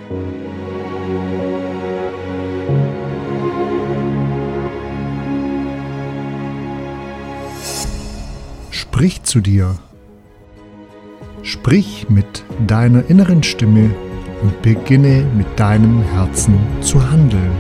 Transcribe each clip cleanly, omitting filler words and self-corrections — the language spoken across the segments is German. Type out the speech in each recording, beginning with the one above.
Sprich zu dir. Sprich mit deiner inneren Stimme und beginne mit deinem Herzen zu handeln.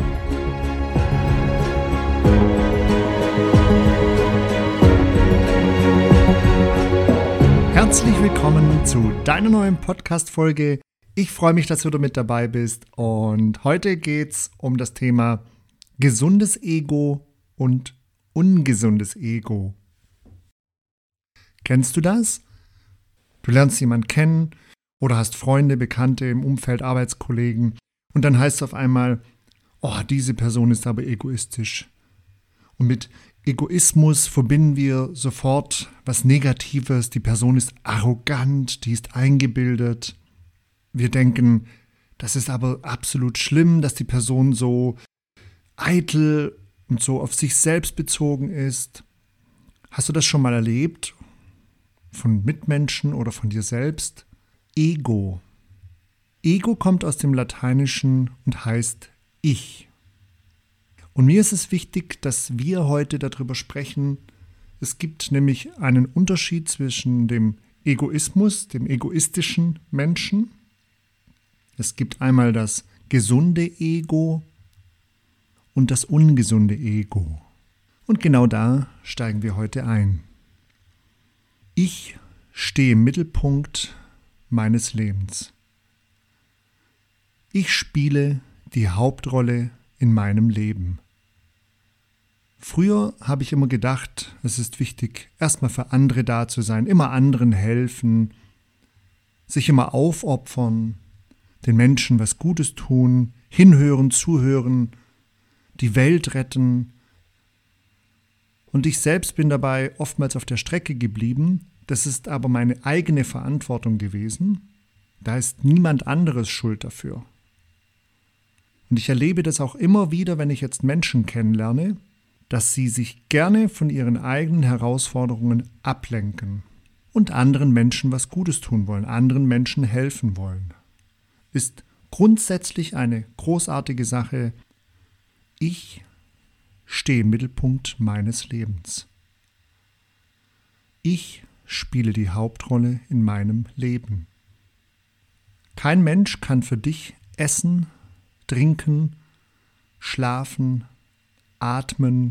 Herzlich willkommen zu deiner neuen Podcast-Folge. Ich freue mich, dass du wieder mit dabei bist und heute geht es um das Thema gesundes Ego und ungesundes Ego. Kennst du das? Du lernst jemanden kennen oder hast Freunde, Bekannte im Umfeld, Arbeitskollegen und dann heißt es auf einmal, oh, diese Person ist aber egoistisch. Und mit Egoismus verbinden wir sofort was Negatives. Die Person ist arrogant, die ist eingebildet. Wir denken, das ist aber absolut schlimm, dass die Person so eitel und so auf sich selbst bezogen ist. Hast du das schon mal erlebt? Von Mitmenschen oder von dir selbst? Ego. Ego kommt aus dem Lateinischen und heißt Ich. Und mir ist es wichtig, dass wir heute darüber sprechen. Es gibt nämlich einen Unterschied zwischen dem Egoismus, dem egoistischen Menschen. Es gibt einmal das gesunde Ego und das ungesunde Ego. Und genau da steigen wir heute ein. Ich stehe im Mittelpunkt meines Lebens. Ich spiele die Hauptrolle in meinem Leben. Früher habe ich immer gedacht, es ist wichtig, erstmal für andere da zu sein, immer anderen helfen, sich immer aufopfern, den Menschen was Gutes tun, hinhören, zuhören, die Welt retten. Und ich selbst bin dabei oftmals auf der Strecke geblieben. Das ist aber meine eigene Verantwortung gewesen. Da ist niemand anderes schuld dafür. Und ich erlebe das auch immer wieder, wenn ich jetzt Menschen kennenlerne, dass sie sich gerne von ihren eigenen Herausforderungen ablenken und anderen Menschen was Gutes tun wollen, anderen Menschen helfen wollen. Ist grundsätzlich eine großartige Sache. Ich stehe im Mittelpunkt meines Lebens. Ich spiele die Hauptrolle in meinem Leben. Kein Mensch kann für dich essen, trinken, schlafen, atmen,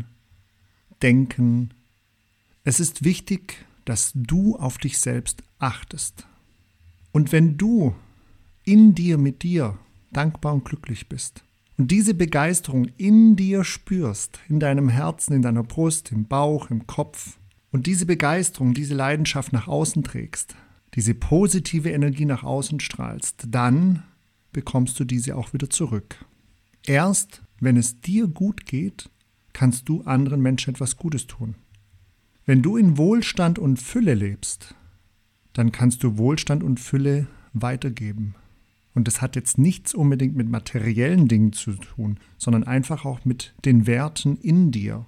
denken. Es ist wichtig, dass du auf dich selbst achtest. Und wenn du in dir, mit dir dankbar und glücklich bist und diese Begeisterung in dir spürst, in deinem Herzen, in deiner Brust, im Bauch, im Kopf, und diese Begeisterung, diese Leidenschaft nach außen trägst, diese positive Energie nach außen strahlst, dann bekommst du diese auch wieder zurück. Erst wenn es dir gut geht, kannst du anderen Menschen etwas Gutes tun. Wenn du in Wohlstand und Fülle lebst, dann kannst du Wohlstand und Fülle weitergeben. Und das hat jetzt nichts unbedingt mit materiellen Dingen zu tun, sondern einfach auch mit den Werten in dir.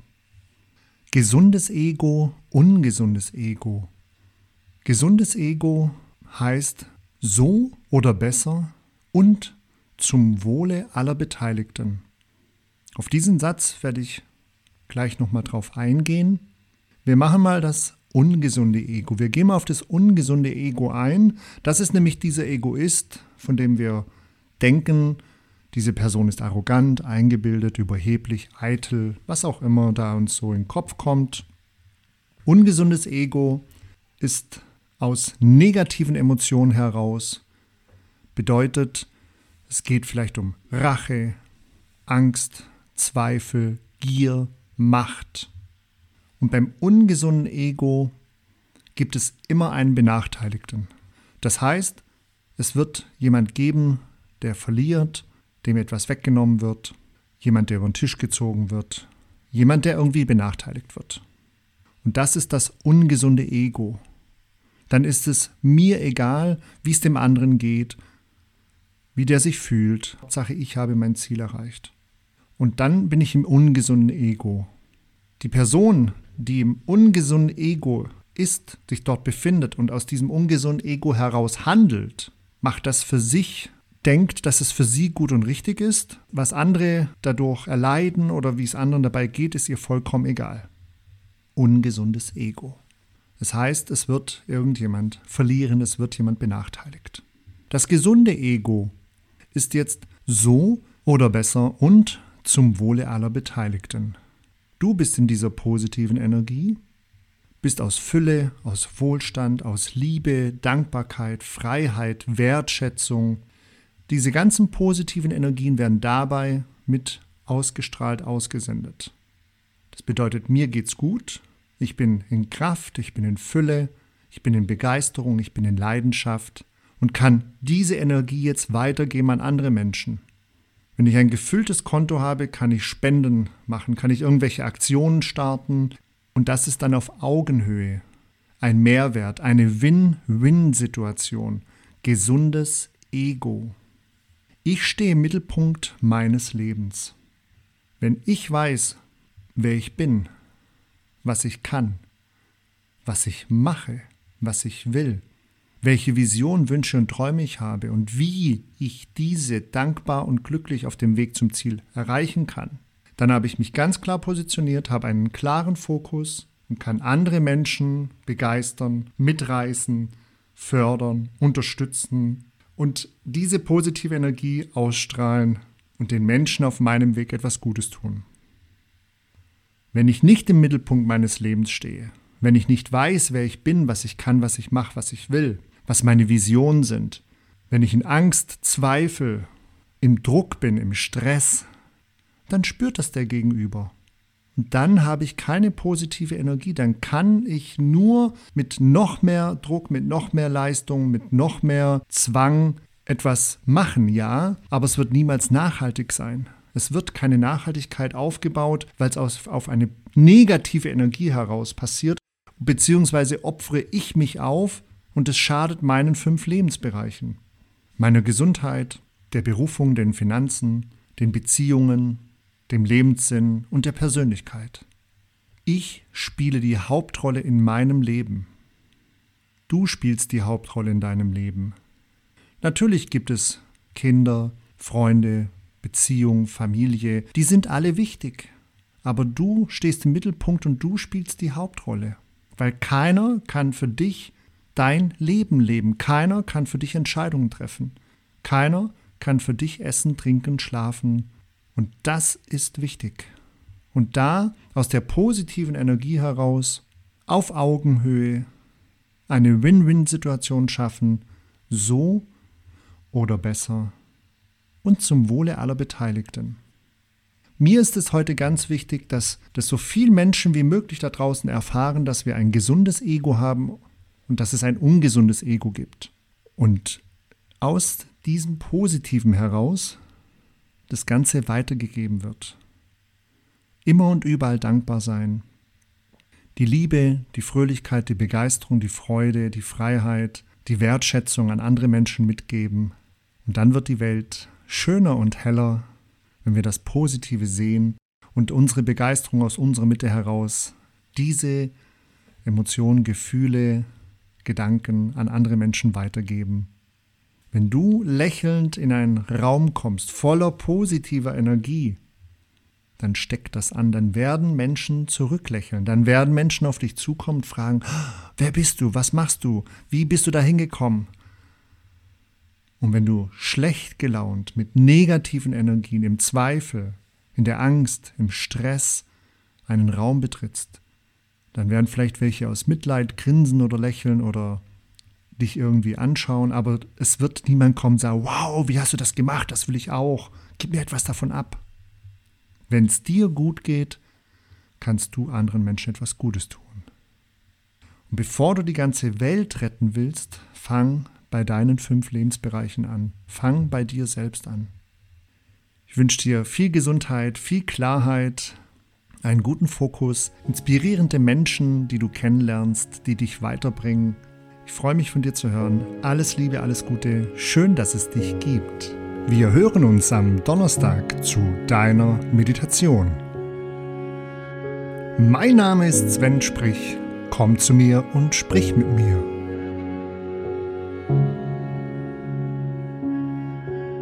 Gesundes Ego, ungesundes Ego. Gesundes Ego heißt so oder besser und zum Wohle aller Beteiligten. Auf diesen Satz werde ich gleich nochmal drauf eingehen. Wir machen mal das ungesunde Ego. Wir gehen mal auf das ungesunde Ego ein. Das ist nämlich dieser Egoist, von dem wir denken, diese Person ist arrogant, eingebildet, überheblich, eitel, was auch immer da uns so in den Kopf kommt. Ungesundes Ego ist aus negativen Emotionen heraus, bedeutet, es geht vielleicht um Rache, Angst, Zweifel, Gier, Macht. Und beim ungesunden Ego gibt es immer einen Benachteiligten. Das heißt, es wird jemand geben, der verliert, dem etwas weggenommen wird, jemand, der über den Tisch gezogen wird, jemand, der irgendwie benachteiligt wird. Und das ist das ungesunde Ego. Dann ist es mir egal, wie es dem anderen geht, wie der sich fühlt. Hauptsache, ich habe mein Ziel erreicht. Und dann bin ich im ungesunden Ego. Die Person, die im ungesunden Ego ist, sich dort befindet und aus diesem ungesunden Ego heraus handelt, macht das für sich denkt, dass es für sie gut und richtig ist. Was andere dadurch erleiden oder wie es anderen dabei geht, ist ihr vollkommen egal. Ungesundes Ego. Das heißt, es wird irgendjemand verlieren, es wird jemand benachteiligt. Das gesunde Ego ist jetzt so oder besser und zum Wohle aller Beteiligten. Du bist in dieser positiven Energie, bist aus Fülle, aus Wohlstand, aus Liebe, Dankbarkeit, Freiheit, Wertschätzung. Diese ganzen positiven Energien werden dabei mit ausgestrahlt, ausgesendet. Das bedeutet, mir geht's gut, ich bin in Kraft, ich bin in Fülle, ich bin in Begeisterung, ich bin in Leidenschaft und kann diese Energie jetzt weitergeben an andere Menschen. Wenn ich ein gefülltes Konto habe, kann ich Spenden machen, kann ich irgendwelche Aktionen starten und das ist dann auf Augenhöhe. Ein Mehrwert, eine Win-Win-Situation, gesundes Ego. Ich stehe im Mittelpunkt meines Lebens. Wenn ich weiß, wer ich bin, was ich kann, was ich mache, was ich will, welche Vision, Wünsche und Träume ich habe und wie ich diese dankbar und glücklich auf dem Weg zum Ziel erreichen kann, dann habe ich mich ganz klar positioniert, habe einen klaren Fokus und kann andere Menschen begeistern, mitreißen, fördern, unterstützen und diese positive Energie ausstrahlen und den Menschen auf meinem Weg etwas Gutes tun. Wenn ich nicht im Mittelpunkt meines Lebens stehe, wenn ich nicht weiß, wer ich bin, was ich kann, was ich mache, was ich will, was meine Visionen sind, wenn ich in Angst, Zweifel, im Druck bin, im Stress, dann spürt das der Gegenüber. Und dann habe ich keine positive Energie, dann kann ich nur mit noch mehr Druck, mit noch mehr Leistung, mit noch mehr Zwang etwas machen, ja, aber es wird niemals nachhaltig sein. Es wird keine Nachhaltigkeit aufgebaut, weil es auf eine negative Energie heraus passiert, beziehungsweise opfere ich mich auf und es schadet meinen 5 Lebensbereichen. Meiner Gesundheit, der Berufung, den Finanzen, den Beziehungen, dem Lebenssinn und der Persönlichkeit. Ich spiele die Hauptrolle in meinem Leben. Du spielst die Hauptrolle in deinem Leben. Natürlich gibt es Kinder, Freunde, Beziehung, Familie, die sind alle wichtig. Aber du stehst im Mittelpunkt und du spielst die Hauptrolle. Weil keiner kann für dich dein Leben leben. Keiner kann für dich Entscheidungen treffen. Keiner kann für dich essen, trinken, schlafen. Und das ist wichtig. Und da aus der positiven Energie heraus auf Augenhöhe eine Win-Win-Situation schaffen, so oder besser und zum Wohle aller Beteiligten. Mir ist es heute ganz wichtig, dass so viele Menschen wie möglich da draußen erfahren, dass wir ein gesundes Ego haben und dass es ein ungesundes Ego gibt. Und aus diesem Positiven heraus das Ganze weitergegeben wird. Immer und überall dankbar sein. Die Liebe, die Fröhlichkeit, die Begeisterung, die Freude, die Freiheit, die Wertschätzung an andere Menschen mitgeben. Und dann wird die Welt schöner und heller, wenn wir das Positive sehen und unsere Begeisterung aus unserer Mitte heraus diese Emotionen, Gefühle, Gedanken an andere Menschen weitergeben. Wenn du lächelnd in einen Raum kommst, voller positiver Energie, dann steckt das an, dann werden Menschen zurücklächeln, dann werden Menschen auf dich zukommen und fragen, wer bist du, was machst du, wie bist du da hingekommen? Und wenn du schlecht gelaunt, mit negativen Energien, im Zweifel, in der Angst, im Stress einen Raum betrittst, dann werden vielleicht welche aus Mitleid grinsen oder lächeln oder dich irgendwie anschauen, aber es wird niemand kommen und sagen, wow, wie hast du das gemacht, das will ich auch, gib mir etwas davon ab. Wenn es dir gut geht, kannst du anderen Menschen etwas Gutes tun. Und bevor du die ganze Welt retten willst, fang bei deinen 5 Lebensbereichen an. Fang bei dir selbst an. Ich wünsche dir viel Gesundheit, viel Klarheit, einen guten Fokus, inspirierende Menschen, die du kennenlernst, die dich weiterbringen. Ich freue mich, von dir zu hören. Alles Liebe, alles Gute. Schön, dass es dich gibt. Wir hören uns am Donnerstag zu deiner Meditation. Mein Name ist Sven Sprich. Komm zu mir und sprich mit mir.